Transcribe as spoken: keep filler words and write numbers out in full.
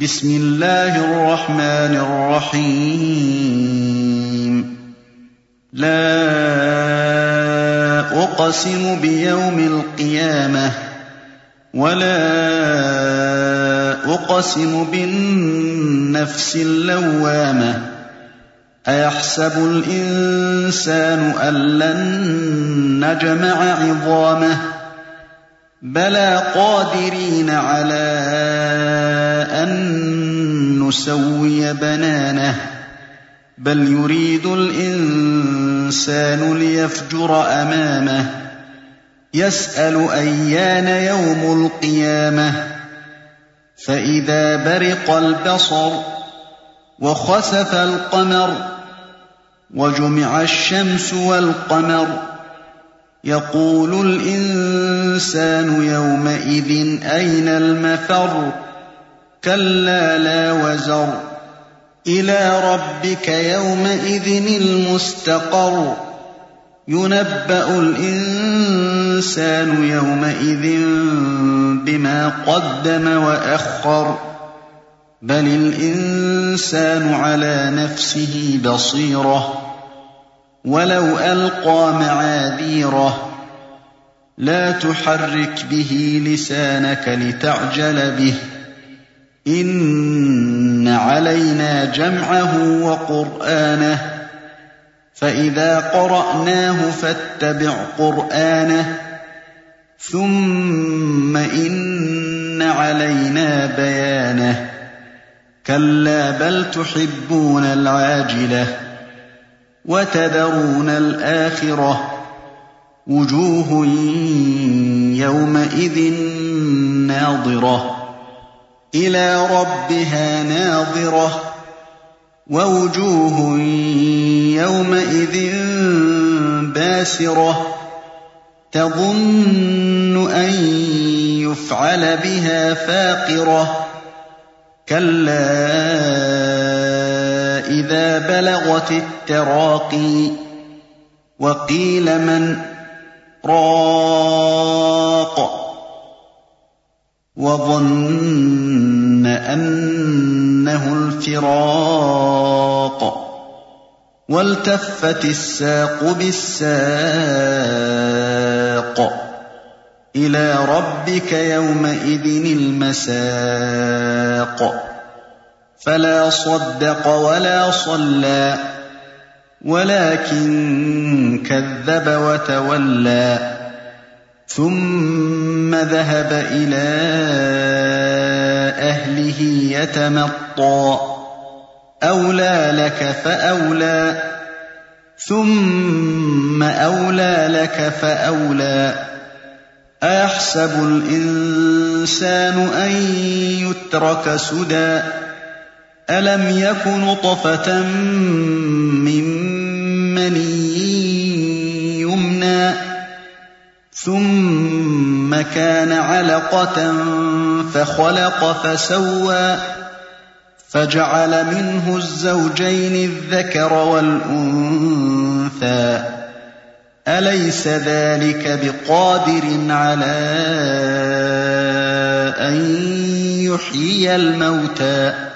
بسم الله الرحمن الرحيم لا أقسم بيوم القيامة ولا أقسم بالنفس اللوامة أيحسب الإنسان أن لن نجمع عظامه بلى قادرين على أن نسوي بنانه بل يريد الإنسان ليفجر أمامه يسأل أيان يوم القيامة فإذا برق البصر وخسف القمر وجمع الشمس والقمر يقول الإنسان يومئذ أين المفر كلا لا وزر إلى ربك يومئذ المستقر ينبأ الإنسان يومئذ بما قدم وأخر بل الإنسان على نفسه بصيرة ولو ألقى معاذيره لا تحرك به لسانك لتعجل به إن علينا جمعه وقرآنه فإذا قرأناه فاتبع قرآنه ثم إن علينا بيانه كلا بل تحبون العاجلة وتذرون الآخرة وجوه يومئذ ناظرة إلى ربها ناظرة ووجوه يومئذ باسرة تظن أن يفعل بها فاقرة كلا إذا بلغت التراقي وقيل من راق وظن أنه الفراق والتفت الساق بالساق إلى ربك يومئذ المساق فلا صدق ولا صلى ولكن كذب وتولى ثم ذهب إلى أهله يتمطى أولى لك فأولى ثم أولى لك فأولى أيحسب الإنسان أن يترك سدى ألم يك نطفة من مني يمنى ثم كان علقة فخلق فسوى فجعل منه الزوجين الذكر والأنثى أليس ذلك بقادر على أن يحيي الموتى